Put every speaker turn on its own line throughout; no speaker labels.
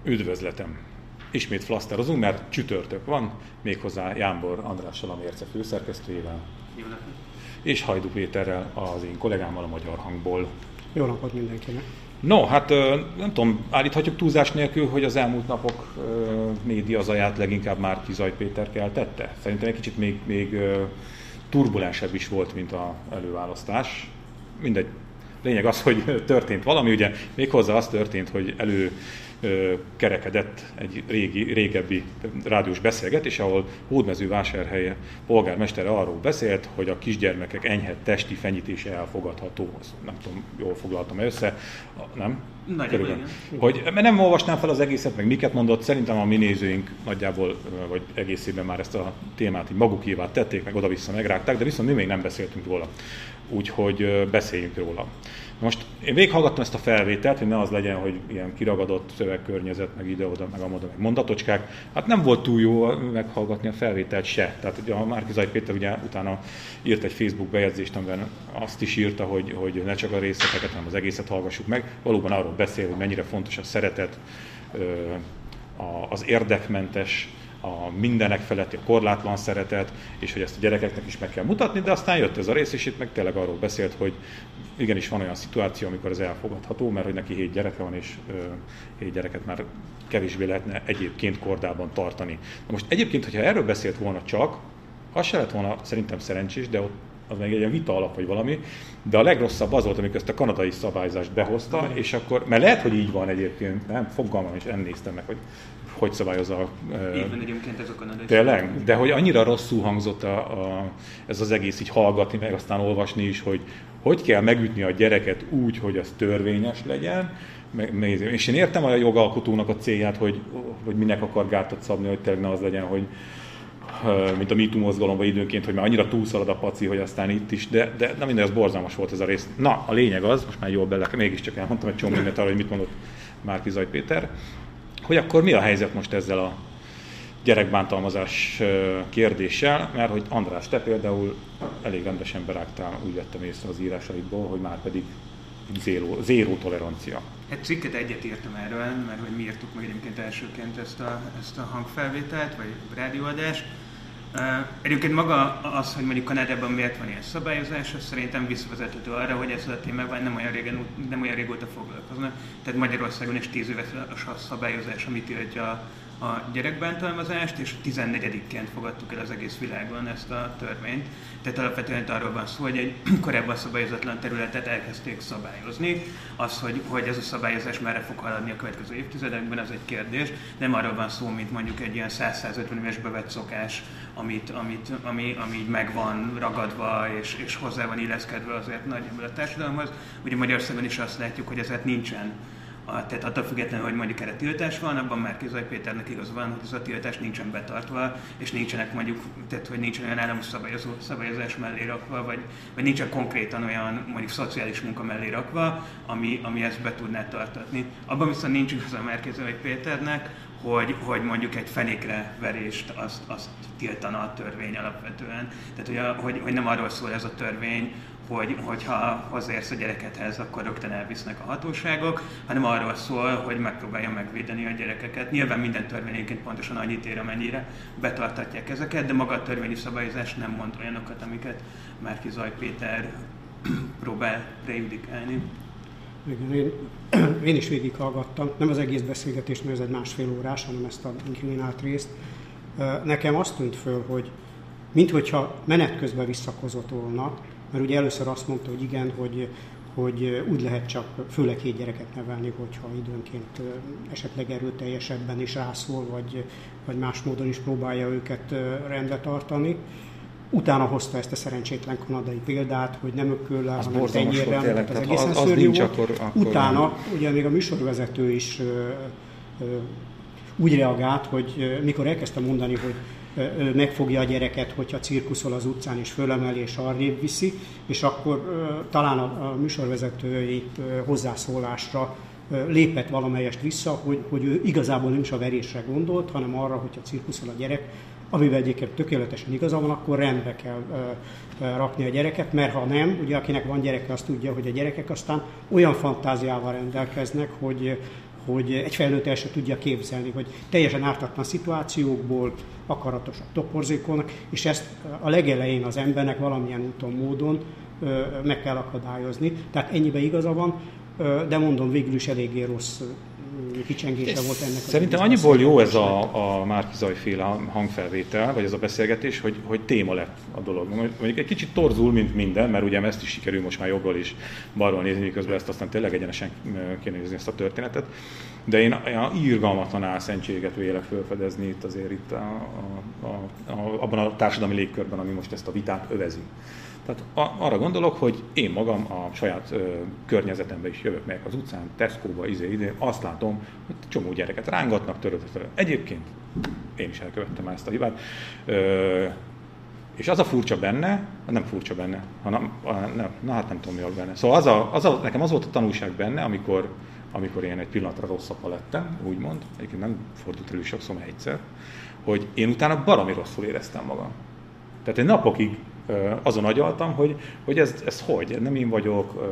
Üdvözletem! Ismét flaszterozunk, mert csütörtök van, méghozzá Jámbor Andrással, a Mérce főszerkesztőjével.
Jó napot!
És Hajdú Péterrel, az én kollégámmal a Magyar Hangból.
Jó napot mindenkinek!
No, hát nem tudom, állíthatjuk túlzás nélkül, hogy az elmúlt napok média zaját leginkább Márki Zaj Péter keltette. Szerintem egy kicsit még turbulensebb is volt, mint az előválasztás. Mindegy. Lényeg az, hogy történt valami, ugye méghozzá az történt, hogy kerekedett egy régebbi rádiós beszélgetés, ahol Hódmezővásárhely polgármestere arról beszélt, hogy a kisgyermekek enyhe testi fenyítése elfogadható. Azt nem tudom, jól foglaltam össze, nem?
Nagyjából
mert nem olvasnám fel az egészet, meg miket mondott, szerintem a mi nézőink nagyjából, vagy egészében már ezt a témát így magukévá tették, meg oda-vissza megrágták, de viszont mi még nem beszéltünk róla. Úgyhogy beszéljünk róla. Most én végighallgattam ezt a felvételt, hogy ne az legyen, hogy ilyen kiragadott szövegkörnyezet, meg ide-oda, meg amoda, meg mondatocskák. Hát nem volt túl jó meghallgatni a felvételt se. Tehát ugye a Márki Zaj Péter ugye utána írt egy Facebook bejegyzést, amiben azt is írta, hogy ne csak a részleteket, hanem az egészet hallgassuk meg. Valóban arról beszél, hogy mennyire fontos a szeretet, az érdekmentes, a mindenek feletti, a korlátlan szeretet, és hogy ezt a gyerekeknek is meg kell mutatni, de aztán jött ez a rész, és itt meg tényleg arról beszélt, hogy igenis van olyan szituáció, amikor ez elfogadható, mert hogy neki 7 gyereke van, és 7 gyereket már kevésbé lehetne egyébként kordában tartani. Na most egyébként, hogyha erről beszélt volna csak, az se lett volna szerintem szerencsés, de ott az meg egy ilyen vita alap vagy valami, de a legrosszabb az volt, amikor ezt a kanadai szabályzást behozta, és akkor, mert lehet, hogy így van egyébként, nem, fogalmam is, néztem meg, hogy szabályozza.
Így van egyébként ez a kanadai.
Tényleg? De hogy annyira rosszul hangzott ez az egész így hallgatni, meg aztán olvasni is, hogy kell megütni a gyereket úgy, hogy az törvényes legyen. És én értem a jogalkotónak a célját, hogy minek akar gátat szabni, hogy tényleg ne az legyen, hogy mint a MeToo mozgalomban időnként, hogy már annyira túlszalad a paci, hogy aztán itt is, de nem minden, az borzalmas volt ez a rész. Na, a lényeg az, most már jól mégiscsak elmondtam egy csomó mindent arra, hogy mit mondott Márki Zaj Péter, hogy akkor mi a helyzet most ezzel a gyerekbántalmazás kérdéssel, mert hogy András, te például elég rendesen berágtál, úgy vettem észre az írásaidból, hogy már pedig zéró tolerancia.
Egy cikket egyet írtam erről, mert hogy mi írtuk meg egyébként elsőként ezt a hangfelvételt, vagy rádióadást. Egyébként maga az, hogy mondjuk Kanadában miért van ilyen szabályozás, az szerintem visszavezethető arra, hogy ezzel a témával nem olyan régóta foglalkoznak. Tehát Magyarországon is 10 éves a szabályozás, ami tiltja a gyerekbántalmazást, és 14-ként fogadtuk el az egész világon ezt a törvényt. Tehát alapvetően arról van szó, hogy egy korábban szabályozatlan területet elkezdték szabályozni. Az, hogy ez a szabályozás merre fog haladni a következő évtizedekben, az egy kérdés. Nem arról van szó, mint mondjuk egy ilyen 100-150 éves bevett szokás, ami így meg van ragadva, és hozzá van illeszkedve azért nagyjából a társadalomhoz. Ugye Magyarországon is azt látjuk, hogy ezért nincsen. Tehát attól függetlenül, hogy mondjuk erre tiltás van, abban Márki Zaj Péternek igaz van, hogy ez a tiltás nincsen betartva, és nincsenek mondjuk, tehát hogy nincsen olyan állami szabályozás mellé rakva, vagy nincsen konkrétan olyan mondjuk szociális munka mellé rakva, ami ezt be tudná tartatni. Abban viszont nincs igaz a Márki Zaj Péternek, hogy mondjuk egy fenékre verést azt tiltana a törvény alapvetően. Tehát hogy nem arról szól ez a törvény, hogyha hozzáérsz a gyerekedhez, akkor rögtön elvisznek a hatóságok, hanem arról szól, hogy megpróbálja megvédeni a gyerekeket. Nyilván minden törvényként pontosan annyit ér, amennyire betartatják ezeket, de maga a törvényi szabályozás nem mond olyanokat, amiket Márki Zaj Péter próbál prejudikálni.
Én is végighallgattam, nem az egész beszélgetést, mert ez egy 1,5 órás, hanem ezt a inklininált részt. Nekem azt tűnt föl, hogy minthogyha menet közben visszakozott volna, mert ugye először azt mondta, hogy igen, hogy úgy lehet csak főleg 7 gyereket nevelni, hogyha időnként esetleg erőteljesebben is rászól, vagy más módon is próbálja őket rendbe tartani. Utána hozta ezt a szerencsétlen kanadai példát, hogy nem ököllel, hanem tenyérrel, az egészen szörnyű volt. Utána ugye még a műsorvezető is úgy reagált, hogy mikor elkezdte mondani, hogy megfogja a gyereket, hogyha cirkuszol az utcán és fölemeli és arrébb viszi, és akkor talán a műsorvezetői hozzászólásra lépett valamelyest vissza, hogy ő igazából nem is a verésre gondolt, hanem arra, hogyha cirkuszol a gyerek, amivel egyébként tökéletesen igaza van, akkor rendbe kell rakni a gyereket, mert ha nem, ugye akinek van gyereke, azt tudja, hogy a gyerekek aztán olyan fantáziával rendelkeznek, hogy egy felnőtt el se tudja képzelni, hogy teljesen ártatlan szituációkból akaratosan toporzékolnak, és ezt a legelején az embernek valamilyen úton, módon meg kell akadályozni. Tehát ennyiben igaza van, de mondom, végül is eléggé rossz kicsengése volt ennek.
Szerintem annyiból jó ez a Márki-Zay-féle hangfelvétel, vagy ez a beszélgetés, hogy téma lett a dolog. Mondjuk egy kicsit torzul, mint minden, mert ugye ezt is sikerül most már jobbról is balról nézni, miközben ezt aztán tényleg egyenesen kéne nézni ezt a történetet. De én irgalmatlan álszentséget vélek felfedezni itt abban a társadalmi légkörben, ami most ezt a vitát övezi. Tehát arra gondolok, hogy én magam a saját környezetemben is jövök meg az utcán, Tesco-ba, azt látom, hogy csomó gyereket rángatnak, törötök. Egyébként én is elkövettem ezt a hibát. És az a furcsa benne, nem furcsa benne, hanem, nem tudom mi volt benne. Szóval nekem az volt a tanulság benne, amikor én egy pillanatra rossz apa lettem, úgymond, egyébként nem fordult elő sokszor, egyszer, hogy én utána baromi rosszul éreztem magam. Tehát én napokig azon agyaltam, hogy ez hogy, nem én vagyok,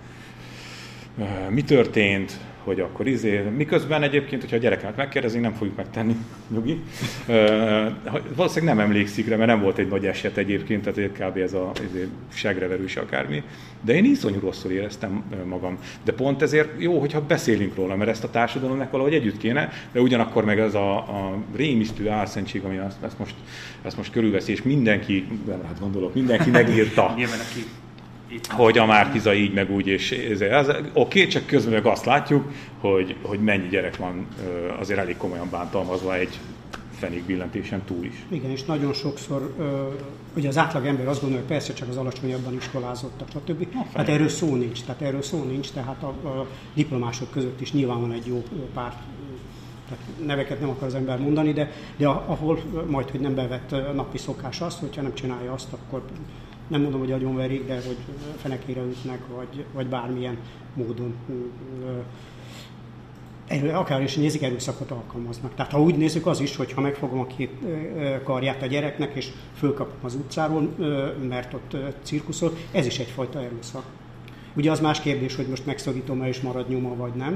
mi történt, hogy akkor miközben egyébként, hogyha a gyerekemet megkérdezik, nem fogjuk megtenni, nyugi. Valószínűleg nem emlékszik rá, mert nem volt egy nagy eset egyébként, tehát kb. Ez a segreverős akármi. De én iszonyú rosszul éreztem magam. De pont ezért jó, hogyha beszélünk róla, mert ezt a társadalomnak valahogy együtt kéne, de ugyanakkor meg ez a rémisztő álszentség, ami ezt most körülveszi, és mindenki, hát gondolok, mindenki megírta. Hogy a Márki-Zay így meg úgy, és oké, csak közben meg azt látjuk, hogy mennyi gyerek van azért elég komolyan bántalmazva egy fenékbillentésen túl is.
Igen, és nagyon sokszor ugye az átlag ember azt gondolja, hogy persze csak az alacsonyabban iskolázottak, stb. Hát erről szó nincs, tehát a diplomások között is nyilván van egy jó pár, tehát neveket nem akar az ember mondani, de ahol majd, hogy nem bevett napi szokás az, hogyha nem csinálja azt, akkor nem mondom, hogy agyonverik, de hogy fenekére ütnek, vagy bármilyen módon akár is nézik, erőszakot alkalmaznak. Tehát ha úgy nézzük, az is, hogy ha megfogom a két karját a gyereknek, és fölkapom az utcáról, mert ott cirkuszol, ez is egyfajta erőszak. Ugye az más kérdés, hogy most megszorítom-e és marad nyoma, vagy nem,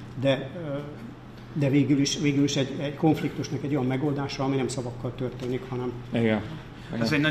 de végül is egy konfliktusnak egy olyan megoldása, ami nem szavakkal történik, hanem...
Igen.
Az egy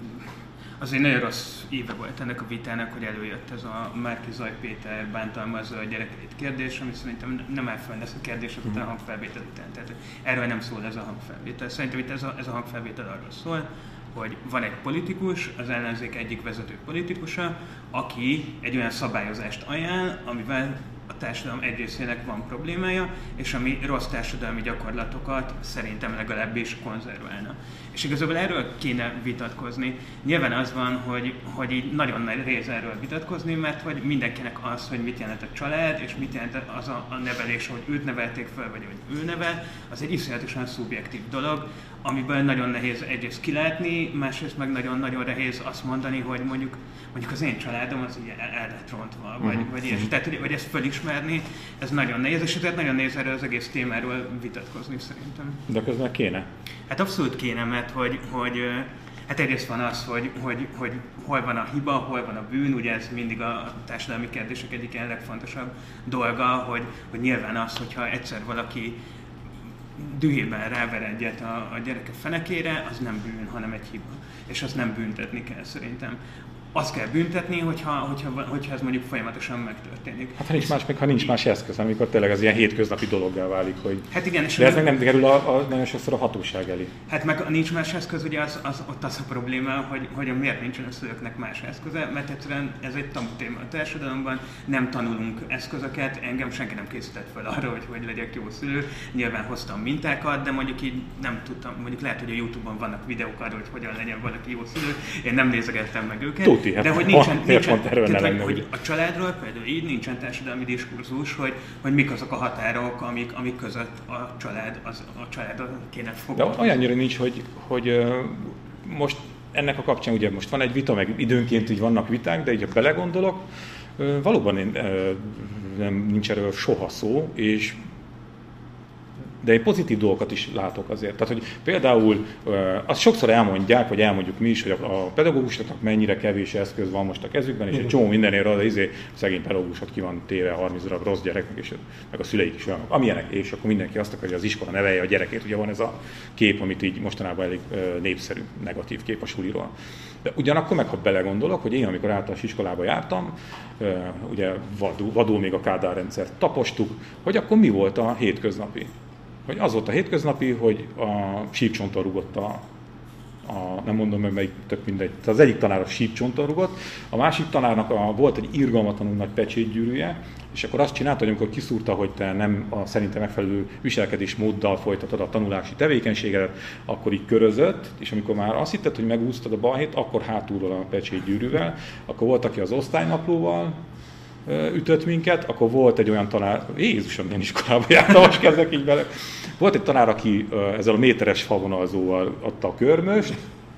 nagyon rossz éve volt ennek a vitának, hogy előjött ez a Márki-Zay Péter bántalmazza a gyerekeit kérdés, ami szerintem nem áll fenn lesz a kérdés után a hangfelvétel után. Tehát erről nem szól ez a hangfelvétel. Szerintem itt ez a hangfelvétel arról szól, hogy van egy politikus, az ellenzék egyik vezető politikusa, aki egy olyan szabályozást ajánl, amivel a társadalom egy részének van problémája, és ami rossz társadalmi gyakorlatokat szerintem legalábbis konzerválna. És igazából erről kéne vitatkozni. Nyilván az van, hogy így nagyon nehéz erről vitatkozni, mert hogy mindenkinek az, hogy mit jelent a család, és mit jelent az a nevelés, hogy őt nevelték fel, vagy hogy ő nevel, az egy iszonyatosan szubjektív dolog, amiből nagyon nehéz egyrészt kilátni, másrészt meg nagyon-nagyon nehéz azt mondani, hogy mondjuk az én családom az így el lett rontva, vagy ilyesmi. Tehát, hogy ezt felismerni, ez nagyon nehéz, és ezért nagyon nehéz erről az egész témáról vitatkozni szerintem.
De közben kéne?
Hát abszolút kéne, mert hát egyrészt van az, hogy hol van a hiba, hol van a bűn, ugye ez mindig a társadalmi kérdések egyik legfontosabb dolga, hogy nyilván az, hogyha egyszer valaki dühében ráver egyet a gyereke fenekére, az nem bűn, hanem egy hiba. És azt nem büntetni kell szerintem. Azt kell büntetni, hogyha ez mondjuk folyamatosan megtörténik.
Hát ha nincs más eszköz, amikor tényleg az ilyen hétköznapi dologgá válik, hogy...
Hát igen, és
de ez meg nem kerül nagyon sokszor a hatóság elé.
Hát meg nincs más eszköz, ugye ott az a probléma, hogy miért nincsen a szülőknek más eszköze, mert egyszerűen ez egy tabu téma a társadalomban, nem tanulunk eszközöket, engem senki nem készített fel arra, hogy legyek jó szülő. Nyilván hoztam mintákat, de mondjuk így nem tudtam, mondjuk lehet, hogy a YouTube-on vannak videók arról, hogy hogyan legyen valaki jó szülő, én nem nézegettem meg őket. De hogy nincsen hogy a családról például így nincsen társadalmi diskurzus, hogy mik azok a határok, amik között a család kéne foglalkozni.
De olyannyira nincs, hogy most ennek a kapcsán ugye most van egy vita, meg időnként így vannak viták, de így ha belegondolok, valóban nincs erről soha szó, de én pozitív dolgokat is látok azért. Tehát, hogy például azt sokszor elmondják, vagy elmondjuk mi is, hogy a pedagógusoknak mennyire kevés eszköz van most a kezükben, és egy csomó mindenért az szegény pedagógusot ki van téve 30 darab rossz gyereknek, és meg a szüleik is olyanok, amilyenek, és akkor mindenki azt akarja, hogy az iskola nevelje a gyerekét. Ugye van ez a kép, amit így mostanában elég népszerű, negatív kép a suliról. De ugyanakkor meg, ha belegondolok, hogy én, amikor általános iskolába jártam, ugye vadul még a Kádár rendszert tapostuk, hogy akkor mi volt a hétköznapi? Hogy az volt a hétköznapi, hogy a sípcsonttal rúgott nem mondom meg melyik, tök mindegy. Tehát az egyik tanár a sípcsonttal rúgott, a másik tanárnak volt egy irgalmatlanul nagy pecsétgyűrűje, és akkor azt csinálta, hogy amikor kiszúrta, hogy te nem a szerinte megfelelő viselkedésmóddal folytatod a tanulási tevékenységet, akkor így körözött, és amikor már azt hitted, hogy megúsztad a balhét, akkor hátulról a pecsétgyűrűvel, akkor volt, aki az osztálynaplóval ütött minket, akkor volt egy olyan tanár, Jézusom, milyen iskolába jártam, most kezdek így bele. Volt egy tanár, aki ezzel a méteres favonalzóval adta a körmöst.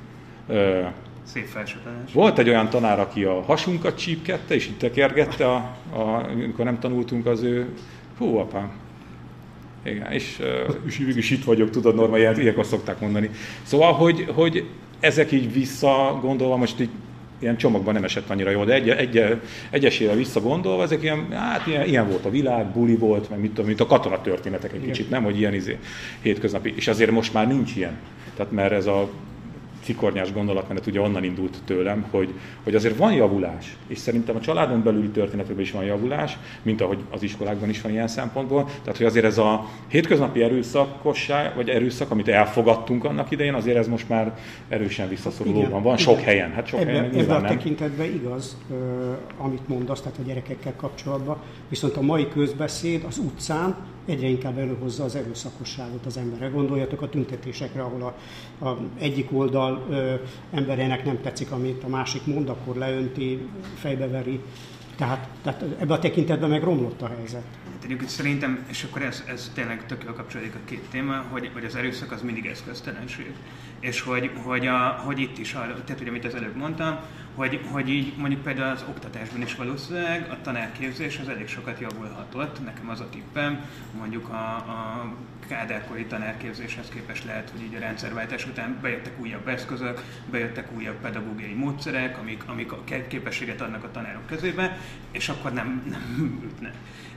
Szép felsőtanás.
Volt egy olyan tanár, aki a hasunkat csípkedte, és így tekergette, amikor nem tanultunk az ő... Hú, apám! Igen, és is itt vagyok, tudod, Norma, ilyenkor szokták mondani. Szóval, hogy ezek így visszagondolva, most így ilyen csomagban nem esett annyira jól, de egyesével visszagondolva, ezek ilyen volt a világ, buli volt, meg mint a katonatörténetek egy kicsit, nem, hogy ilyen hétköznapi. És azért most már nincs ilyen. Tehát mert ez a cikornyás gondolatmenet ugye onnan indult tőlem, hogy azért van javulás, és szerintem a családon belüli történetekben is van javulás, mint ahogy az iskolákban is van ilyen szempontból. Tehát, hogy azért ez a hétköznapi erőszakosság, vagy erőszak, amit elfogadtunk annak idején, azért ez most már erősen visszaszorulóban van sok helyen. Hát sok helyen
ebben a tekintetben igaz, amit mondasz, tehát a gyerekekkel kapcsolatban, viszont a mai közbeszéd az utcán egyre inkább előhozza az erőszakosságot az emberre. Gondoljatok a tüntetésekre, ahol a egyik oldal emberének nem tetszik, amit a másik mond, akkor leönti, fejbeveri. Tehát ebben a tekintetben meg romlott a helyzet.
Hát szerintem, és akkor ez tényleg tök jól kapcsolódik a két téma, hogy az erőszak az mindig eszköztelenség. És hogy itt is, tehát ugye, amit az előbb mondtam, hogy így mondjuk például az oktatásban is valószínűleg a tanárképzés az elég sokat javulhatott. Nekem az a tippem, mondjuk a Kádár-kori tanárképzéshez képest lehet, hogy így a rendszerváltás után bejöttek újabb eszközök, bejöttek újabb pedagógiai módszerek, amik képességet adnak a tanárok kezébe, és akkor nem ütnek.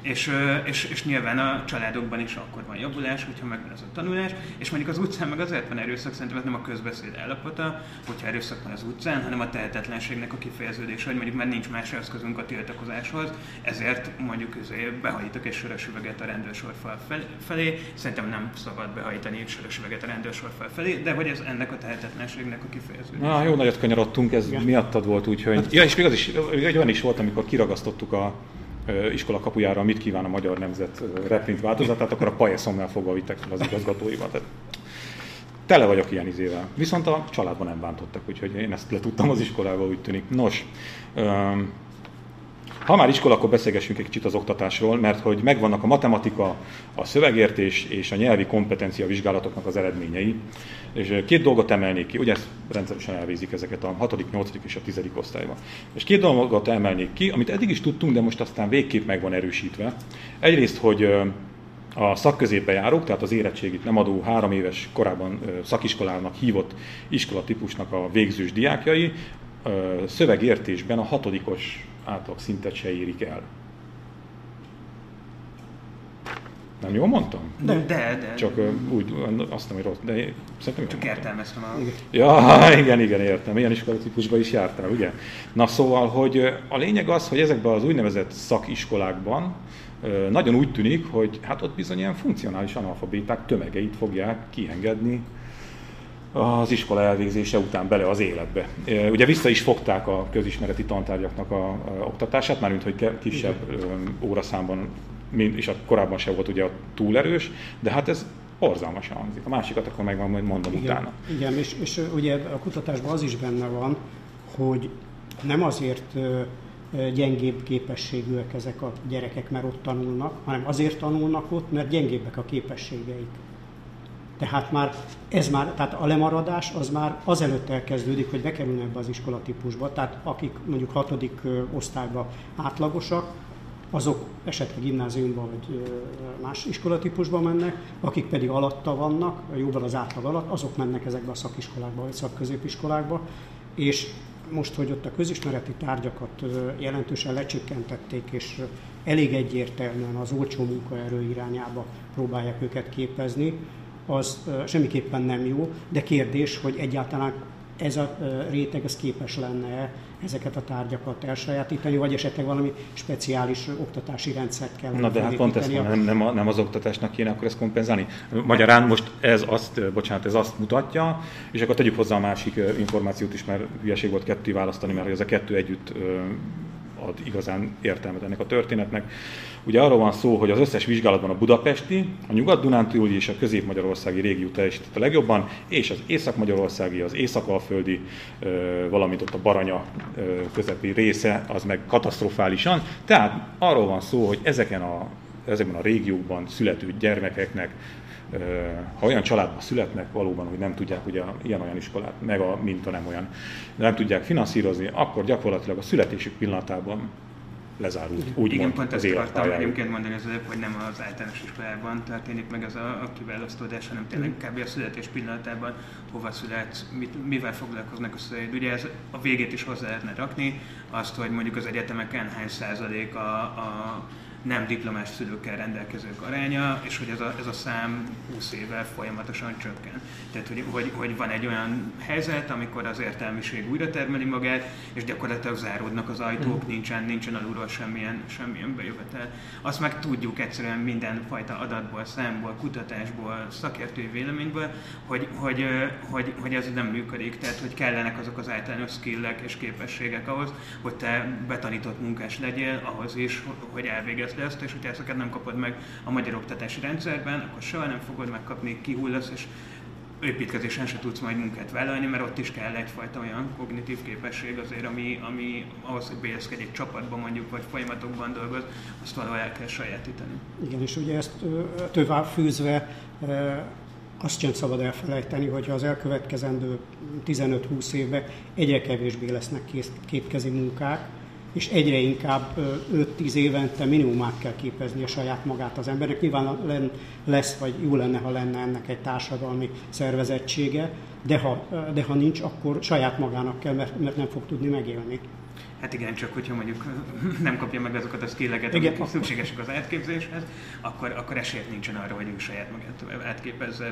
És nyilván a családokban is akkor van javulás, hogyha megvan ez a tanulás, és mondjuk az utcán meg azért van erőszak, szerintem ez nem a közbeszéd állapota, hogyha erőszak van az utcán, hanem a tehetetlenségnek a kifejeződése, hogy mondjuk már nincs más eszközünk a tiltakozáshoz, ezért mondjuk behajítok egy sörös üveget a rendőrsorfal felé, szerintem nem szabad behajítani egy sörös üveget a rendőrsorfal felé, de hogy ez ennek a tehetetlenségnek a kifejeződése.
Jó nagyot kanyarodtunk, ez miattad volt, úgyhogy... Ja, és még az is, olyan is volt, amikor kiragasztottuk a iskola kapujára, mit kíván a Magyar Nemzet reprint változatát, akkor a pajeszonnal fogva vittek fel az igazgatóival. Tehát tele vagyok ilyen izével. Viszont a családban nem bántottak, úgyhogy én ezt letudtam az iskolába, úgy tűnik. Nos, ha már iskola, akkor beszélgessünk egy kicsit az oktatásról, mert hogy megvannak a matematika, a szövegértés és a nyelvi kompetencia vizsgálatoknak az eredményei. És két dolgot emelnék ki, ugye ezt rendszeresen elvégzik ezeket a 6., 8. és a 10. osztályban. És két dolgot emelnék ki, amit eddig is tudtunk, de most aztán végképp meg van erősítve. Egyrészt, hogy a szakközépbe járók, tehát az érettségit nem adó 3 éves korábban szakiskolának hívott iskolatípusnak a végzős diákjai szövegértésben a 6-os átlag szintet se érik el. Nem jól mondtam?
De.
Csak úgy, azt nem, hogy rossz, de szerintem
csak értelmeztem a...
Ja, igen, értem. Ilyen iskolatípusban is jártál, ugye? Na szóval, hogy a lényeg az, hogy ezekben az úgynevezett szakiskolákban nagyon úgy tűnik, hogy hát ott bizony ilyen funkcionális analfabéták tömegeit fogják kiengedni az iskola elvégzése után bele az életbe. Ugye vissza is fogták a közismereti tantárgyaknak a oktatását, mármint hogy kisebb óraszámban, és korábban se volt ugye túl erős, de hát ez borzalmasan hangzik. A másikat akkor meg majd mondom utána.
Igen, és ugye a kutatásban az is benne van, hogy nem azért gyengébb képességűek ezek a gyerekek, mert ott tanulnak, hanem azért tanulnak ott, mert gyengébbek a képességeik. Tehát a lemaradás az már azelőtt elkezdődik, hogy bekerülnek ebbe az iskolatípusba, tehát akik mondjuk 6. osztályban átlagosak, azok esetleg gimnáziumban vagy más iskolatípusban mennek, akik pedig alatta vannak, jóval az átlag alatt, azok mennek ezekbe a szakiskolákba vagy szakközépiskolákba, és most, hogy ott a közismereti tárgyakat jelentősen lecsökkentették, és elég egyértelműen az olcsó munkaerő irányába próbálják őket képezni, az semmiképpen nem jó, de kérdés, hogy egyáltalán ez a réteg ez képes lenne ezeket a tárgyakat elsajátítani, vagy esetleg valami speciális oktatási rendszert kell.
Na de hát pont ezt nem az oktatásnak kéne akkor ezt kompenzálni. Magyarán most ez azt mutatja, és akkor tegyük hozzá a másik információt is, mert hülyeség volt ketté választani, mert ez a kettő együtt ad igazán értelmet ennek a történetnek. Ugye arról van szó, hogy az összes vizsgálatban a budapesti, a nyugat-dunántúli és a közép-magyarországi régió teljesített a legjobban, és az észak-magyarországi, az észak-alföldi, valamint ott a Baranya közepi része, az meg katasztrofálisan. Tehát arról van szó, hogy ezekben a régiókban születő gyermekeknek, ha olyan családban születnek valóban, hogy nem tudják ugye ilyen-olyan iskolát, meg a minta nem olyan, nem tudják finanszírozni, akkor gyakorlatilag a születésük pillanatában lezárult, úgymond az életpályájuk.
Egyébként mondani az előbb, hogy nem az általános iskolában történik meg ez a kiválasztódás, hanem tényleg kb. A születés pillanatában hova születsz, mivel foglalkoznak a szüleid. Ugye ez a végét is hozzá lehetne rakni, azt, hogy mondjuk az egyetemeken hány százalék a nem diplomás szülőkkel rendelkezők aránya, és hogy ez a szám 20 éve folyamatosan csökken. Tehát, hogy van egy olyan helyzet, amikor az értelmiség újra termeli magát, és gyakorlatilag záródnak az ajtók, nincsen alulról semmilyen bejövetel. Azt meg tudjuk egyszerűen mindenfajta adatból, számból, kutatásból, szakértői véleményből, hogy ez nem működik. Tehát, hogy kellenek azok az általános skillek és képességek ahhoz, hogy te betanított munkás legyél, ahhoz is, hogy elvégezd ezt, és hogyha ezeket nem kapod meg a magyar oktatási rendszerben, akkor soha nem fogod megkapni, kihullasz, és építkezésen se tudsz majd munkát vállalni, mert ott is kell egyfajta olyan kognitív képesség azért, ami ahhoz, hogy beilleszkedj egy csapatban mondjuk, vagy folyamatokban dolgoz, azt valahol el kell sajátítani.
Igen, és ugye ezt tovább fűzve azt sem szabad elfelejteni, hogy az elkövetkezendő 15-20 évben egyre kevésbé lesznek kétkezi munkák, és egyre inkább 5-10 évente minimum át kell képezni a saját magát az embernek. Nyilván lesz, vagy jó lenne, ha lenne ennek egy társadalmi szervezettsége, de ha nincs, akkor saját magának kell, mert nem fog tudni megélni.
Hát igen, csak hogyha mondjuk nem kapja meg azokat a skilleket, amik szükségesek az átképzéshez, akkor esélyt nincsen arra, hogy ő saját magát átképezze.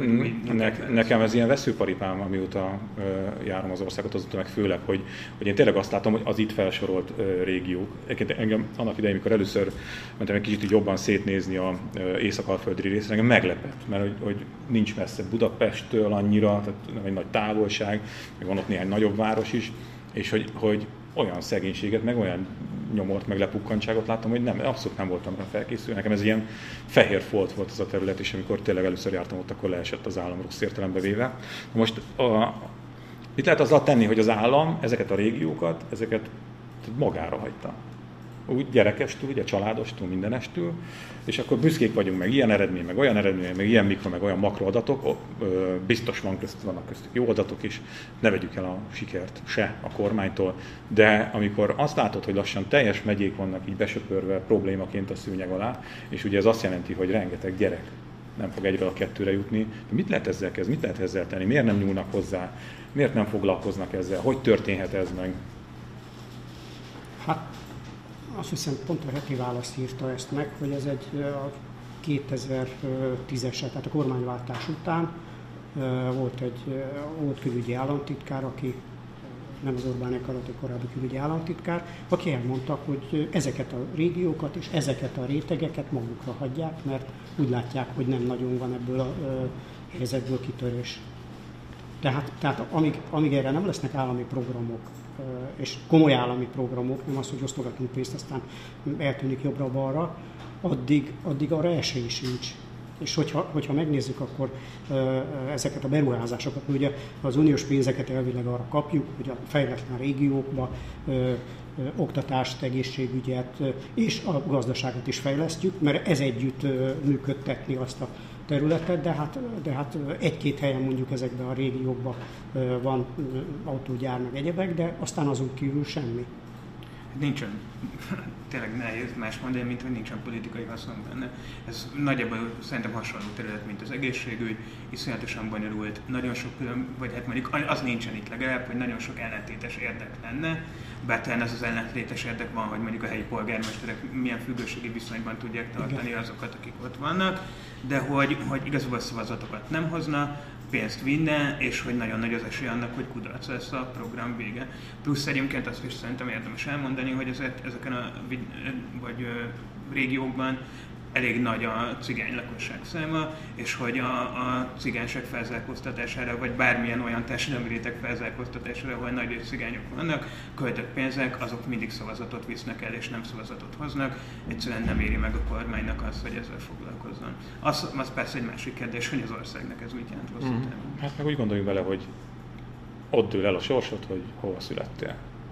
Nekem ez ilyen veszőparipám, amióta járom az országot, azóta meg főleg, hogy én tényleg azt látom, hogy az itt felsorolt régiók. Engem annak idején, amikor először mentem egy kicsit jobban szétnézni az észak-alföldi részre, engem meglepett, mert hogy nincs messze Budapesttől annyira, tehát nem egy nagy távolság, meg van ott néhány nagyobb város is, és hogy olyan szegénységet, meg olyan nyomort, meg lepukkantságot láttam, hogy abszolút nem voltam rá felkészülve. Nekem ez ilyen fehér folt volt az a terület, és amikor tényleg először jártam ott, akkor leesett az állam rossz értelembe véve. Most mit lehet azzal tenni, hogy az állam ezeket a régiókat, ezeket magára hagyta? Úgy gyerekestől, ugye családostól, mindenestől, és akkor büszkék vagyunk meg ilyen eredmény, meg olyan eredmény, meg ilyen mikro, meg olyan makroadatok, biztos vannak köztük jó adatok is, ne vegyük el a sikert se a kormánytól, de amikor azt látod, hogy lassan teljes megyék vannak így besöpörve problémaként a szőnyeg alá, és ugye ez azt jelenti, hogy rengeteg gyerek nem fog egyről a kettőre jutni, de mit lehet ezzel kezdeni, mit lehet ezzel tenni, miért nem nyúlnak hozzá, miért nem foglalkoznak ezzel, hogy történhet ez meg?
Hát, azt hiszem, pont a Heti Válasz írta ezt meg, hogy ez egy a 2010-es, tehát a kormányváltás után volt külügyi államtitkár, aki nem az Orbánék alatt, a korábbi külügyi államtitkár, aki elmondta, hogy ezeket a régiókat és ezeket a rétegeket magukra hagyják, mert úgy látják, hogy nem nagyon van ebből a helyzetből kitörés. Tehát amíg erre nem lesznek állami programok, és komoly állami programok, nem az, hogy osztogatunk pénzt, aztán eltűnik jobbra-balra, addig arra esély sincs. És hogyha megnézzük, akkor ezeket a beruházásokat, ugye az uniós pénzeket elvileg arra kapjuk, hogy a fejletlen régiókba oktatást, egészségügyet és a gazdaságot is fejlesztjük, mert ez együtt működtetni azt a területet, de hát egy-két helyen mondjuk ezekben a régiókban van autógyár meg egyebek, de aztán azon kívül semmi.
nincsen, tényleg nehéz más mondani, mint hogy nincsen politikai haszon benne. Ez nagyjából szerintem hasonló terület, mint az egészségügy, iszonyatosan bonyolult, nagyon sok vagy hát mondjuk az nincsen itt legalább, hogy nagyon sok ellentétes érdek lenne, bár talán az ellentétes érdek van, hogy mondjuk a helyi polgármesterek milyen függőségi viszonyban tudják tartani azokat, akik ott vannak, de hogy igazából szavazatokat nem hozna, pénzt vinne, és hogy nagyon nagy az esély annak, hogy kudarc lesz a program vége. Plusz egyébként azt is szerintem érdemes elmondani, hogy ezeken a régiókban elég nagy a cigány lakosság száma, és hogy a cigányság felzárkóztatására, vagy bármilyen olyan társadalmi réteg felzárkóztatására, ahol nagy cigányok vannak, költött pénzek, azok mindig szavazatot visznek el, és nem szavazatot hoznak. Egyszerűen nem éri meg a kormánynak azt, hogy ezzel foglalkozzon. Az persze egy másik kérdés, hogy az országnak ez úgy jelent hosszú távon.
Hát meg úgy gondoljuk vele, hogy ott dől el a sorsod, hogy hova születtél.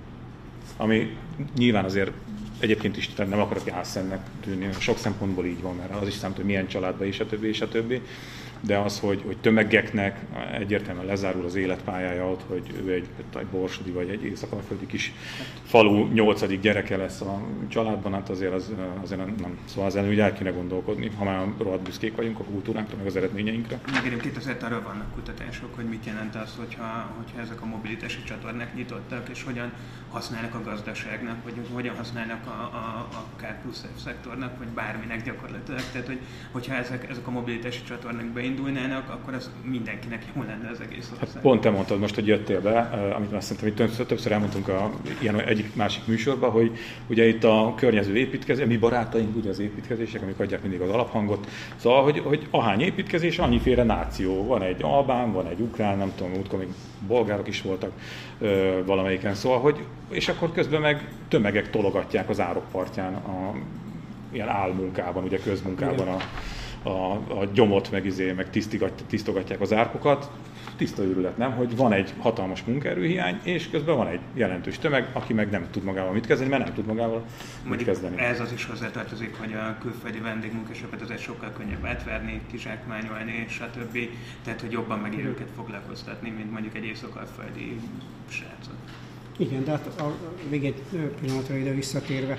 Ami nyilván azért egyébként is nem akarok álszennek tűnni, sok szempontból így van, mert az is számít, hogy milyen családban és a többi, és a többi. De az, hogy tömegeknek egyértelműen lezárul az életpályája ott, hogy ő egy borsodi vagy egy észak-alföldi kis falu 8. gyereke lesz a családban, hát azért nem. Szóval ezen úgy el kéne gondolkodni, ha már rohadt büszkék vagyunk a kultúránkra, meg az eredményeinkre.
Egyébként azért arra vannak kutatások, hogy mit jelent az, hogyha ezek a mobilitási csatornák nyitottak, és hogyan használnak a gazdaságnak, vagy hogyan használnak a K+F szektornak, vagy bárminek gyakorlatilag. Tehát, hogyha ezek a mobilitási csatornák beindulnának, akkor az mindenkinek jó lenne az egész ország.
Hát pont te mondtad most, hogy jöttél be, amit azt szerintem, hogy többször elmondtunk ilyen egyik másik műsorban, hogy ugye itt a környező építkezés, mi barátaink ugye az építkezések, amik adják mindig az alaphangot, szóval, hogy ahány építkezés, annyiféle náció. Van egy albán, van egy ukrán, nem tudom, útkor még bolgárok is voltak valamelyiken, szóval, és akkor közben meg tömegek tologatják az árok partján ilyen álmunkában, ugye közmunkában a gyomot, meg tisztogatják az árkokat. Tiszta őrület, nem? Hogy van egy hatalmas munkaerőhiány, és közben van egy jelentős tömeg, aki meg nem tud magával mit kezdeni, mert nem tud magával mit kezdeni.
Ez az is hozzátartozik, hogy a külföldi vendégmunkásokat azért sokkal könnyebb átverni, kizsákmányolni, stb. Tehát, hogy jobban megér őket foglalkoztatni, mint mondjuk egy észak-alföldi srácot.
Igen, de hát még egy pillanatra ide visszatérve,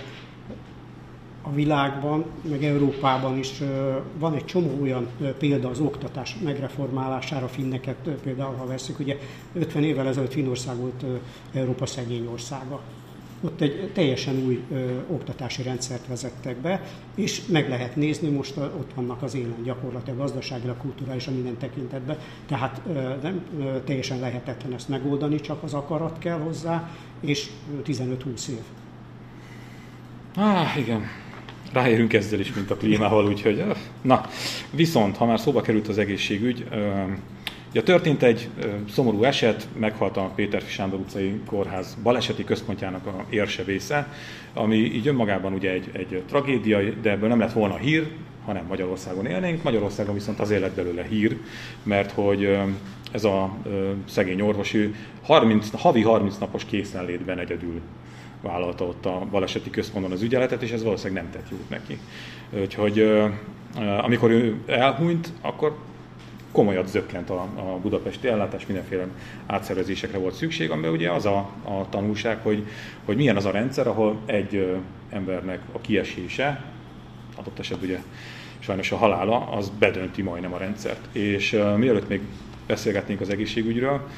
a világban, meg Európában is van egy csomó olyan példa az oktatás megreformálására, finneket például, ha veszik, ugye 50 évvel ezelőtt Finnország volt Európa szegény országa. Ott egy teljesen új oktatási rendszert vezettek be, és meg lehet nézni, most ott vannak az élen gyakorlatilag gazdaságilag, kulturálisan minden tekintetben, tehát nem teljesen lehetetlen ezt megoldani, csak az akarat kell hozzá, és 15-20 év.
Igen. Ráérünk ezzel is, mint a klímával, úgyhogy na, viszont, ha már szóba került az egészségügy, ugye történt egy szomorú eset, meghalt a Péterfi Sándor utcai kórház baleseti központjának a érsebésze, ami így önmagában ugye egy tragédia, de ebből nem lett volna hír, hanem Magyarországon élnénk. Magyarországon viszont azért lett belőle hír, mert hogy ez a szegény orvos, ő havi 30 napos készenlétben egyedül vállalta ott a baleseti központban az ügyeletet, és ez valószínűleg nem tett jót neki. Úgyhogy amikor ő elhunyt, akkor komolyat zökkent a budapesti ellátás, mindenféle átszervezésekre volt szükség, amiben ugye az a tanulság, hogy milyen az a rendszer, ahol egy embernek a kiesése, adott esetben ugye sajnos a halála, az bedönti majdnem a rendszert. És mielőtt még beszélgetnénk az egészségügyről,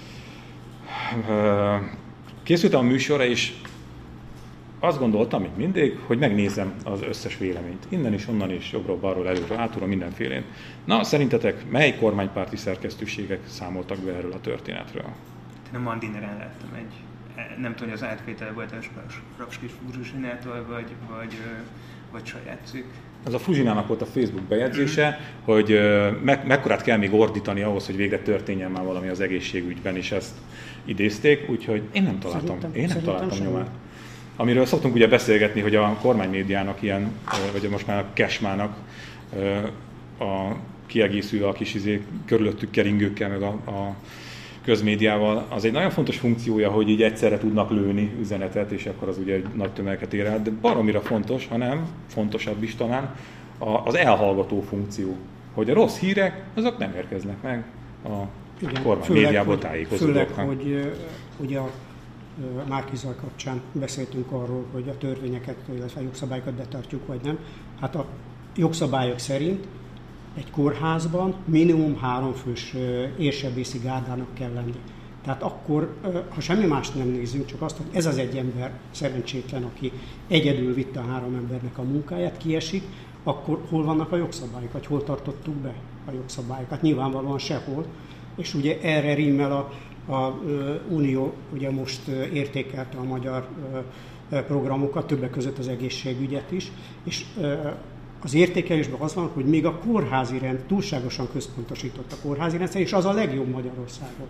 készültem a műsorra, és azt gondoltam, mint mindig, hogy megnézem az összes véleményt. Innen is, onnan is, jobbról, balról, előről, hátulról, mindenfélén. Na, szerintetek mely kormánypárti szerkesztőségek számoltak be erről a történetről?
Én a Mandineren láttam nem tudom, hogy az átvétel volt a Rapskis Fruzsinától, vagy saját cikk.
Ez a Fruzsinának volt a Facebook bejegyzése, hogy mekkorát kell még ordítani ahhoz, hogy végre történjen már valami az egészségügyben, és ezt idézték, úgyhogy én nem találtam nyomát. Amiről szoktunk ugye beszélgetni, hogy a kormánymédiának ilyen, vagy most már a Kesmának a kiegészülve a kis körülöttük keringőkkel, meg a közmédiával, az egy nagyon fontos funkciója, hogy így egyszerre tudnak lőni üzenetet, és akkor az ugye egy nagy tömegeket ér el, de baromira fontos, hanem fontosabb is talán, az elhallgató funkció, hogy a rossz hírek, azok nem érkeznek meg a kormány médiából tájékozódóknak.
Főleg, hogy ugye Márki-Zay kapcsán beszéltünk arról, hogy a törvényeket, illetve a jogszabályokat betartjuk, vagy nem. Hát a jogszabályok szerint egy kórházban minimum 3 fős érsebészi gárdának kell lenni. Tehát akkor, ha semmi mást nem nézünk, csak azt, hogy ez az egy ember szerencsétlen, aki egyedül vitte a 3 embernek a munkáját, kiesik, akkor hol vannak a jogszabályok, vagy hol tartottuk be a jogszabályokat? Nyilvánvalóan sehol. És ugye erre rímmel a Unió ugye most értékelte a magyar programokat, többek között az egészségügyet is, és az értékelésben az van, hogy még a kórházi rend túlságosan központosított a kórházi rendszer, és az a legjobb Magyarországon.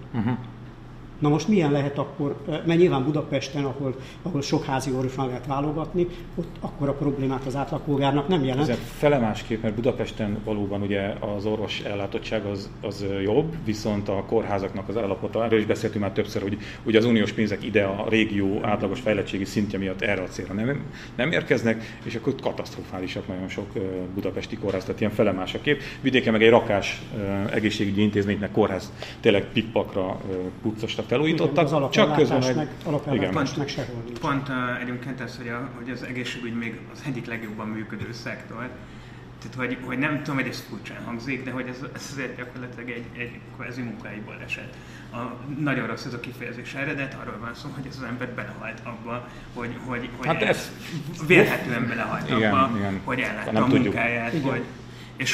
Na most milyen lehet akkor, mert nyilván Budapesten, ahol sok házi orvosnál lehet válogatni, ott akkor a problémát az átlagpolgárnak nem jelent.
Ez fele másképp, mert Budapesten valóban ugye az orvos ellátottság az jobb, viszont a kórházaknak az állapota, erről is beszéltünk már többször, hogy ugye az uniós pénzek ide a régió átlagos fejlettségi szintje miatt erre a célra nem érkeznek, és akkor katasztrofálisak nagyon sok budapesti kórház, tehát ilyen fele más a kép. Vidéken meg egy rakás egészségügyi intézménynek kórház tényleg pikpakra puccosra felújítottak, csak közben
meg sehol nincs.
Pont egyébként ez, hogy az egészségügy még az egyik legjobban működő szektor. Tehát, hogy nem tudom, hogy ez furcsán hangzik, de hogy ez azért gyakorlatilag egy kvázi munkai baleset. Nagyon rossz ez a kifejezés erre, de arról van szó, hogy ez az ember belehalt abba, hogy
hát ez
vélhetően belehalt abba, hogy ellátta a munkáját, és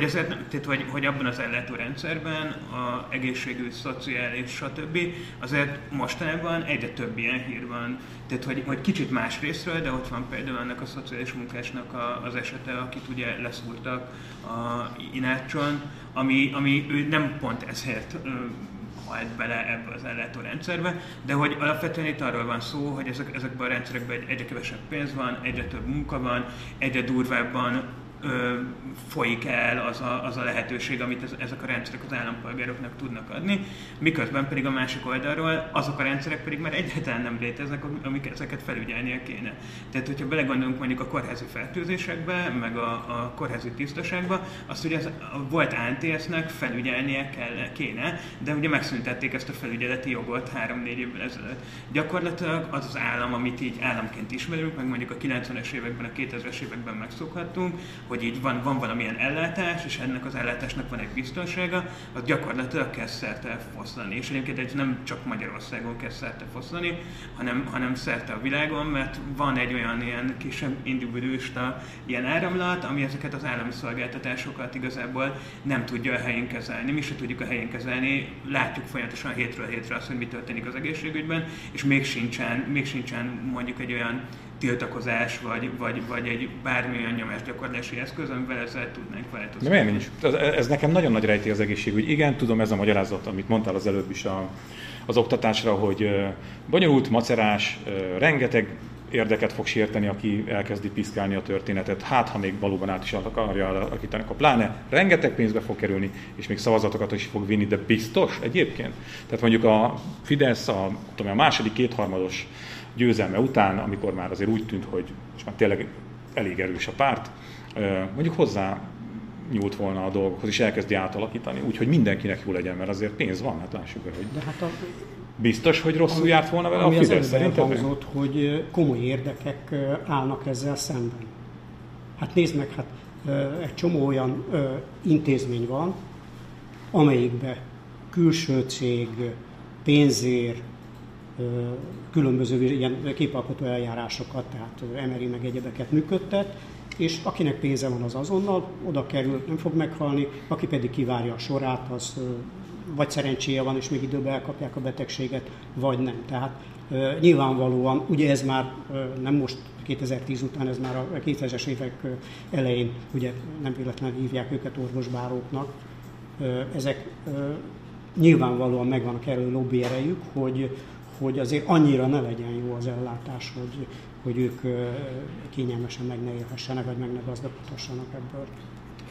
hogy abban az ellátórendszerben a egészségügy, szociális, stb. Azért mostanában egyre több ilyen hír van. Tehát, hogy kicsit más részről, de ott van például annak a szociális munkásnak az esete, akit ugye leszúrtak a Inácson, ami ő nem pont ezért halt bele ebbe az ellátórendszerbe, de hogy alapvetően itt arról van szó, hogy ezekben a rendszerekben egyre kevesebb pénz van, egyre több munka van, egyre durvábban folyik el az a lehetőség, amit ezek a rendszerek az állampolgároknak tudnak adni, miközben pedig a másik oldalról azok a rendszerek pedig már egyáltalán nem léteznek, amik ezeket felügyelnie kéne. Tehát, hogyha belegondolunk mondjuk a kórházi fertőzésekbe, meg a kórházi tisztaságba, azt ugye volt ANTS-nek felügyelnie kéne, de ugye megszüntették ezt a felügyeleti jogot 3-4 évvel ezelőtt. Gyakorlatilag az az állam, amit így államként ismerünk, meg mondjuk a 90-es években, a 2000-es években megszokhattunk, hogy így van valamilyen ellátás, és ennek az ellátásnak van egy biztonsága, az gyakorlatilag kezd szerte foszlani. És egyébként nem csak Magyarországon kezd szerte foszlani, hanem szerte a világon, mert van egy olyan ilyen kisebb individualista ilyen áramlat, ami ezeket az állami szolgáltatásokat igazából nem tudja a helyén kezelni. Mi se tudjuk a helyén kezelni, látjuk folyamatosan hétről hétre azt, hogy mi történik az egészségügyben, és még sincsen mondjuk egy olyan tiltakozás, vagy egy bármilyen nyomásgyakorlási eszköz, amivel ezzel tudnánk változni.
De miért nincs? Ez nekem nagyon nagy rejtély az egészségügy. Igen, tudom, ez a magyarázat, amit mondtál az előbb is az oktatásra, hogy bonyolult, macerás, rengeteg érdeket fog sérteni, aki elkezdi piszkálni a történetet. Hát, ha még valóban át is akarja alakítani, akkor pláne rengeteg pénzbe fog kerülni, és még szavazatokat is fog vinni, de biztos egyébként. Tehát mondjuk a Fidesz a második kétharmados győzelme után, amikor már azért úgy tűnt, hogy most már tényleg elég erős a párt, mondjuk hozzá nyúlt volna a dolgokhoz, és elkezdi átalakítani, úgyhogy mindenkinek jó legyen, mert azért pénz van, hát lássuk be, hogy
de hát
biztos, hogy rosszul járt volna vele a Fidesz szerintem.
Hangzott, hogy komoly érdekek állnak ezzel szemben. Hát nézd meg, egy csomó olyan intézmény van, amelyikben külső cég, pénzér, különböző ilyen képalkotó eljárásokat, tehát emeri meg egyebeket működtet, és akinek pénze van, az azonnal oda kerül, nem fog meghalni, aki pedig kivárja a sorát, az vagy szerencséje van, és még időben elkapják a betegséget, vagy nem. Tehát nyilvánvalóan, ugye ez már nem most 2010 után, ez már a 2000-es évek elején, ugye nem véletlenül hívják őket orvosbáróknak, ezek nyilvánvalóan megvannak erről lobby erejük, hogy azért annyira ne legyen jó az ellátás, hogy ők kényelmesen meg ne élhessenek, vagy meg ne gazdagodhassanak ebből.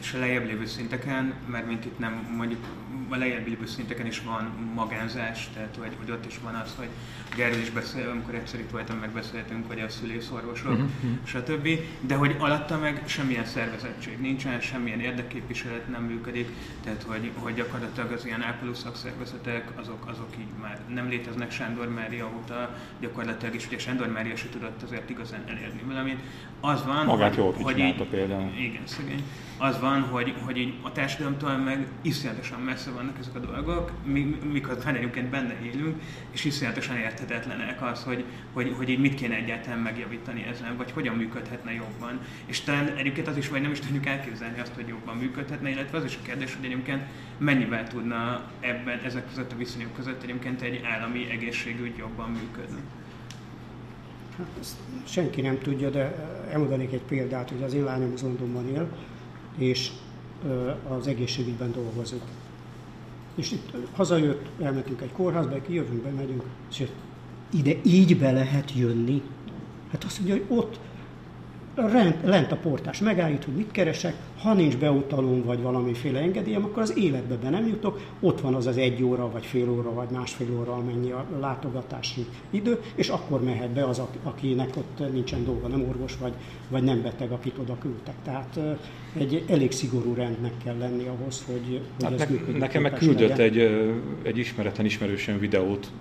és a lejjebb lévő szinteken, mert mint itt nem, mondjuk a lejjebb lévő szinteken is van magánzás, tehát hogy ott is van az, hogy erről is beszél, amikor egyszer itt voltam, megbeszéltünk, hogy a szülészorvosok, stb. De hogy alatta meg semmilyen szervezettség nincsen, semmilyen érdekképviselet nem működik, tehát hogy gyakorlatilag az ilyen ápoló szakszervezetek, azok így már nem léteznek Sándor Mária óta, gyakorlatilag is, ugye Sándor Mária se tudott azért igazán elérni valamit. Az van,
magát jól
hogy
kicsinálta például.
Igen, szegény. Az van, hogy így a társadalomtól meg iszonyatosan messze vannak ezek a dolgok, miközben egyébként benne élünk, és iszonyatosan érthetetlenek az, hogy így mit kéne egyáltalán megjavítani ezen, vagy hogyan működhetne jobban. És talán egyébként az is, vagy nem is tudjuk elképzelni azt, hogy jobban működhetne, illetve az is a kérdés, hogy egyébként mennyivel tudna ebben, ezek között a viszonyok között egyébként egy állami egészségügy jobban működni.
Hát ezt senki nem tudja, de elmondanék egy példát, hogy az én lányom az Londonban él, és az egészségügyben dolgozik. És itt hazajött, elmentünk egy kórházba, kijövünk, bemegyünk, és ide így be lehet jönni. Hát azt mondja, hogy ott lent a portás megállít, hogy mit keresek, ha nincs beutalom vagy valamiféle engedélyem, akkor az életbe be nem jutok, ott van az 1 óra, vagy fél óra, vagy másfél óra, amennyi a látogatási idő, és akkor mehet be az, akinek ott nincsen dolga, nem orvos, vagy nem beteg, akit oda küldtek. Tehát egy elég szigorú rendnek kell lenni ahhoz, hogy
hát
ez működik.
Nekem meg küldött egy ismeretlen ismerősöm videót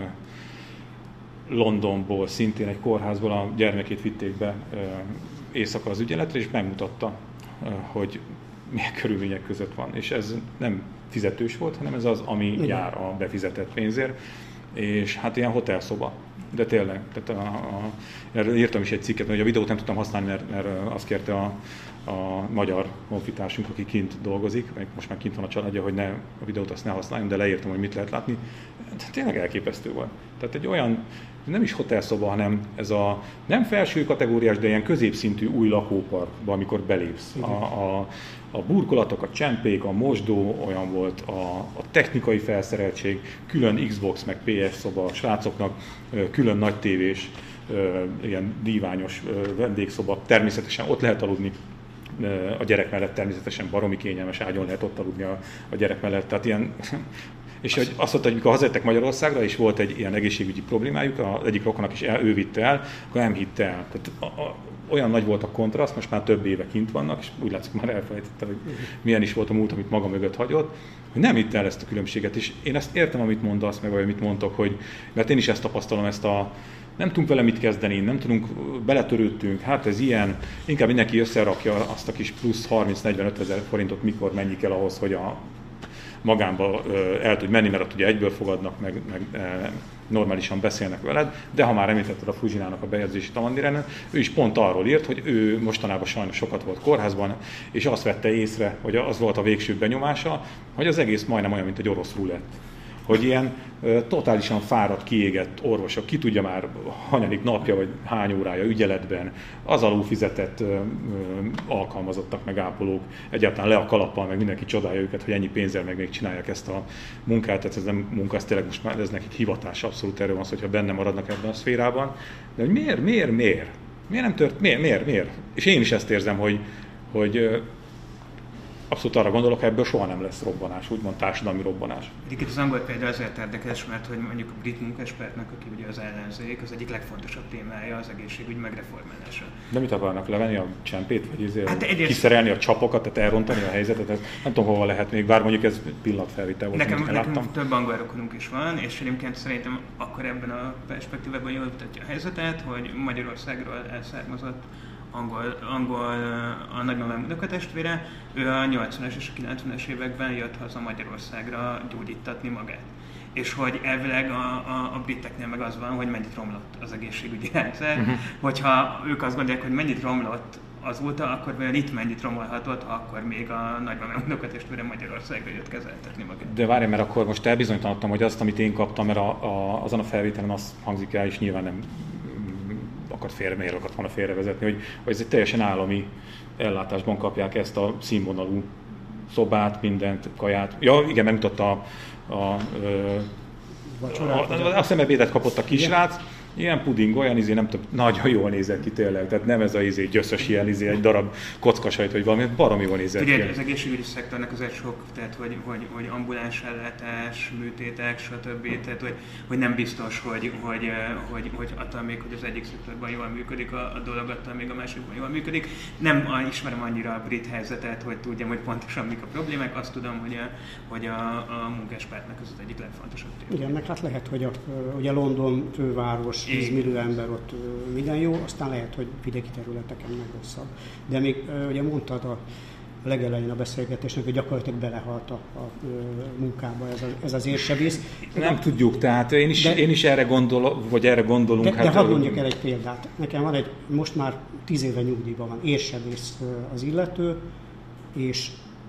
Londonból, szintén egy kórházból, a gyermekét vitték be éjszaka az ügyeletre, és megmutatta, hogy milyen körülmények között van. És ez nem fizetős volt, hanem ez az, ami jár a befizetett pénzért, és hát ilyen hotelszoba. De tényleg, tehát erről írtam is egy cikket, hogy a videót nem tudtam használni, mert azt kérte a magyar honfitársunk, aki kint dolgozik, meg most már kint van a családja, hogy a videót azt ne használjam, de leírtam, hogy mit lehet látni. De tényleg elképesztő volt. Tehát egy olyan, nem is hotelszoba, hanem ez a nem felső kategóriás, de ilyen középszintű új lakóparkba, amikor belépsz. A burkolatok, a csempék, a mosdó olyan volt, a technikai felszereltség, külön Xbox meg PS szoba, a srácoknak külön nagy tévés, ilyen díványos vendégszoba, természetesen ott lehet aludni, a gyerek mellett természetesen baromi kényelmes ágyon lehet ott aludni a gyerek mellett, tehát ilyen. És hogy azt mondta, hogy mikor hazajöttek Magyarországra, és volt egy ilyen egészségügyi problémájuk, az egyik rokonak is ő vitte el, akkor nem hitte el. Tehát olyan nagy volt a kontraszt, most már több éve kint vannak, és úgy látszik, már elfelejtette, hogy milyen is volt a múlt, amit maga mögött hagyott, hogy nem hitte el ezt a különbséget. És én ezt értem, amit mondasz, meg vagy amit mondtok, hogy, mert én is ezt tapasztalom, nem tudunk vele mit kezdeni, nem tudunk, beletörődtünk, hát ez ilyen, inkább mindenki összerakja azt a kis plusz 30-45 ezer forintot, mikor mennyi kell ahhoz, hogy a magánba el tud menni, mert ott ugye egyből fogadnak, meg normálisan beszélnek veled, de ha már említetted a Fruzsinának a bejegyzését a Mandirenen, ő is pont arról írt, hogy ő mostanában sajnos sokat volt kórházban, és azt vette észre, hogy az volt a végső benyomása, hogy az egész majdnem olyan, mint egy orosz rulett. Hogy ilyen totálisan fáradt, kiégett orvosok, ki tudja már hanyadik napja, vagy hány órája ügyeletben, az alulfizetett alkalmazottak, meg ápolók, egyáltalán le a kalappal, meg mindenki csodálja őket, hogy ennyi pénzzel meg még csinálják ezt a munkát, tehát ez nem munka, ez tényleg most már ez nekik hivatás, abszolút erről van szó, hogyha benne maradnak ebben a szférában. De hogy miért? Miért nem miért? És én is ezt érzem, hogy abszolút arra gondolok, hogy ebből soha nem lesz robbanás, úgymond társadalmi robbanás.
Egyébként az angol példa azért érdekes, mert hogy mondjuk a brit munkáspártnak, aki ugye az ellenzék, az egyik legfontosabb témája az egészségügy megreformálása.
De mit akarnak levenni a csempét, vagy kiszerelni a csapokat, tehát elrontani a helyzetet? Ez nem tudom, hova lehet még, bár mondjuk ez pillanatfelvétel volt,
nekem több angol rokonunk is van, és egyébként szerintem akkor ebben a perspektívában jól mutatja a helyzetet, hogy Magyarországról elszármazott angol a nagymamám unokatestvére, ő a 80-es és a 90-es években jött haza Magyarországra gyógyítatni magát. És hogy elvileg a briteknél meg az van, hogy mennyit romlott az egészségügyi rendszer, hogyha ők azt gondolják, hogy mennyit romlott azóta, akkor vajon itt mennyit romolhatott, akkor még a nagymamám unokatestvére Magyarországra jött kezeltetni magát.
De várj, mert akkor most elbizonytalanodtam, hogy azt, amit én kaptam, mert azon a felvételen az hangzik el, és nyilván nem miért akart volna félrevezetni, hogy ez egy teljesen állami ellátásban kapják ezt a színvonalú szobát, mindent, kaját. Ja, igen, megmutatta a szemebédet kapott a kisrác, ilyen puding, olyan nem tudom, nagyon jól nézett ki tényleg, tehát nem ez a gyöszös ilyen egy darab kockasajt, vagy valami, baromi jól nézett ki.
Ugye az egészségügyi szektornak az egy sok, tehát hogy ambuláns ellátás, műtétek, stb. Tehát hogy nem biztos, hogy attól még, hogy az egyik szektorban jól működik a dolog, attól még a másikban jól működik. Nem ismerem annyira a brit helyzetet, hogy tudjam, hogy pontosan mik a problémák, azt tudom, hogy a munkáspártnak az egyik legfontosabb téma.
Igen, meg hát lehet, hogy ugye London főváros, 10 millió ember, ott minden jó, aztán lehet, hogy vidéki területeken meg rosszabb. De még ugye mondtad a legelején a beszélgetésnek, hogy gyakorlatilag belehalt a munkába ez az érsebész.
Nem tudjuk, tehát én is erre gondolok, vagy erre gondolunk.
De hadd mondjak el egy példát. Nekem van most már 10 éve nyugdíjban van érsebész az illető, és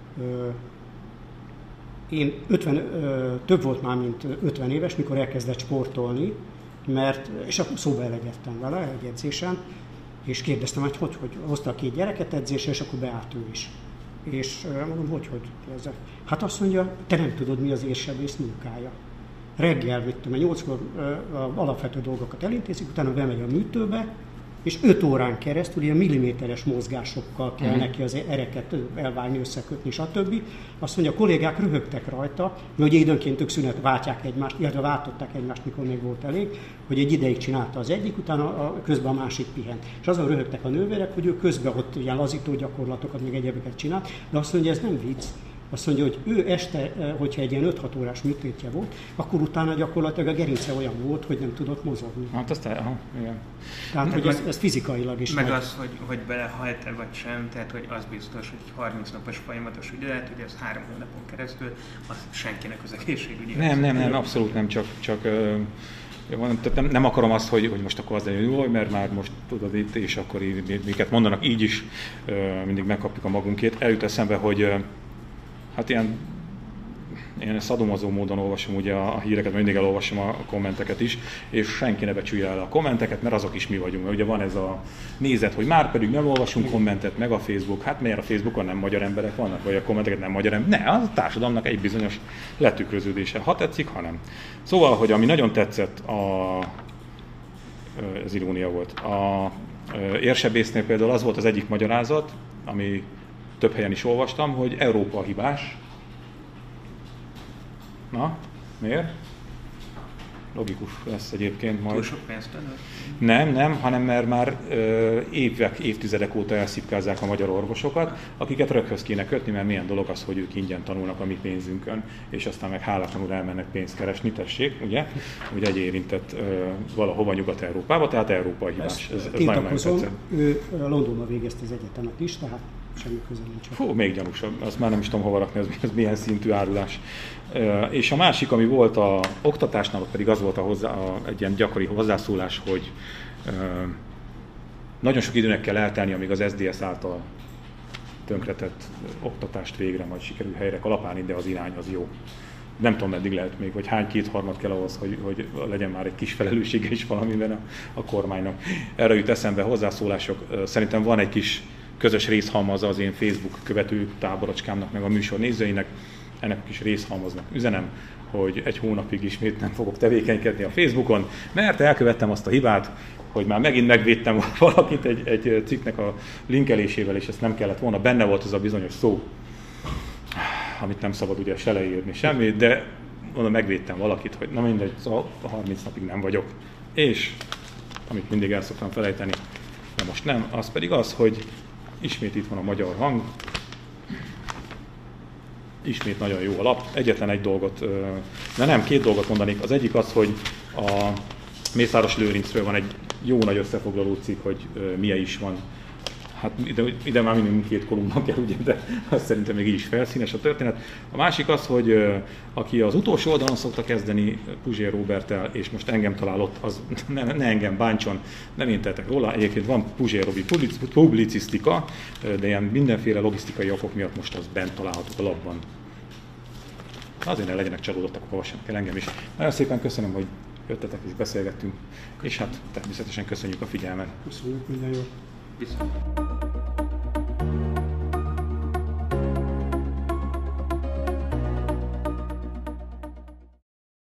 én több volt már, mint 50 éves, mikor elkezdett sportolni, és akkor szóba elegettem vele egy edzésen, és kérdeztem, hogy hozta 2 gyereket edzésre, és akkor beállt ő is. És mondom, hogy kérdezek. Hát azt mondja, te nem tudod, mi az érsebész munkája. Reggel, 8-kor alapvető dolgokat elintézik, utána bemegy a műtőbe, és 5 órán keresztül ilyen milliméteres mozgásokkal kell neki az ereket elvágni, összekötni, stb. Azt mondja, a kollégák röhögtek rajta, hogy időnként ők váltják egymást, illetve váltották egymást, mikor még volt elég, hogy egy ideig csinálta az egyik, utána közben a másik pihent. És azon röhögtek a nővérek, hogy ő közben ott ilyen lazító gyakorlatokat, még egyebeket csinált, de azt mondja, ez nem vicc. Azt mondja, hogy ő este, hogyha egy ilyen 5-6 órás műtétje volt, akkor utána gyakorlatilag a gerince olyan volt, hogy nem tudott mozogni.
Hát igen.
Tehát, hogy ez fizikailag is.
Meg az, hogy belehalt-e vagy sem, tehát hogy az biztos, hogy 30 napos folyamatos ügyelet, hogy ez 3 hónapon keresztül, az senkinek az egészségügyi.
Nem, abszolút nem, csak nem akarom azt, hogy most akkor az legyen jó, mert már most tudod itt, és akkor miket mondanak, így is mindig megkapjuk a magunkét. Eljut eszembe, hogy hát ilyen szadomazó módon olvasom ugye a híreket, mindig elolvasom a kommenteket is, és senki ne becsülje el a kommenteket, mert azok is mi vagyunk. Mert ugye van ez a nézet, hogy már pedig nem olvasunk kommentet, meg a Facebook, hát miért a Facebookon nem magyar emberek vannak, vagy a kommenteket nem magyar emberek? Ne, az a társadalomnak egy bizonyos letükröződése, ha tetszik, ha nem. Szóval, hogy ami nagyon tetszett, ez irónia volt, a érsebésznél például az volt az egyik magyarázat, ami több helyen is olvastam, hogy Európa a hibás. Na, miért? Logikus lesz egyébként majd.
Túl sok pénzt
Nem, hanem mert már évtizedek óta elszipkázzák a magyar orvosokat, akiket röghöz kéne kötni, mert milyen dolog az, hogy ők ingyen tanulnak a mi pénzünkön, és aztán meg hálátlanul elmennek pénzt keresni, tessék, ugye? Ugye egy érintett valahova Nyugat-Európába, tehát Európa a hibás. Ez nagyon tetszett.
Ő Londonban végezte az egyetemet is, tehát semmi köze nincs.
Fú, még gyanúsabb, azt már nem is tudom hova rakni, ez milyen szintű árulás. És a másik, ami volt a oktatásnál, ott pedig az volt egy ilyen gyakori hozzászólás, hogy nagyon sok időnek kell eltelni, amíg az SZDSZ által tönkretett oktatást végre majd sikerül helyre kalapálni, de az irány az jó. Nem tudom, meddig lehet még, vagy hány kétharmad kell ahhoz, hogy legyen már egy kis felelőssége is valamiben a kormánynak. Erre jut eszembe hozzászólások. Szerintem van egy kis közös részhalmaza az én Facebook követő táborocskámnak, meg a műsor nézőinek. Ennek a kis részhalmaznak üzenem, hogy 1 hónapig ismét nem fogok tevékenykedni a Facebookon, mert elkövettem azt a hibát, hogy már megint megvédtem valakit egy cikknek a linkelésével, és ezt nem kellett volna. Benne volt az a bizonyos szó, amit nem szabad ugye se leírni semmit, de mondom, megvédtem valakit, hogy na mindegy, szóval 30 napig nem vagyok. És, amit mindig el szoktam felejteni, de most nem, az pedig az, hogy ismét itt van a Magyar Hang, ismét nagyon jó a lap. Egyetlen egy dolgot, de nem, 2 dolgot mondanék. Az egyik az, hogy a Mészáros Lőrincről van egy jó nagy összefoglaló cikk, hogy milyen is van. Hát ide már minimum 2 kolumban kell, ugye, de azt szerintem még így is felszínes a történet. A másik az, hogy aki az utolsó oldalon szokta kezdeni Puzsér Róberttel, és most engem találott, az ne engem bántson, nem én tehetek róla. Egyébként van Puzsér Robi publicisztika, de ilyen mindenféle logisztikai okok miatt most az bent találhatók a lapban. Azért ne legyenek csalódottak, olvassanak el engem is. Nagyon szépen köszönöm, hogy jöttetek és beszélgettünk, és hát természetesen köszönjük a figyelmet.
Köszönjük, minden jót.
Viszont.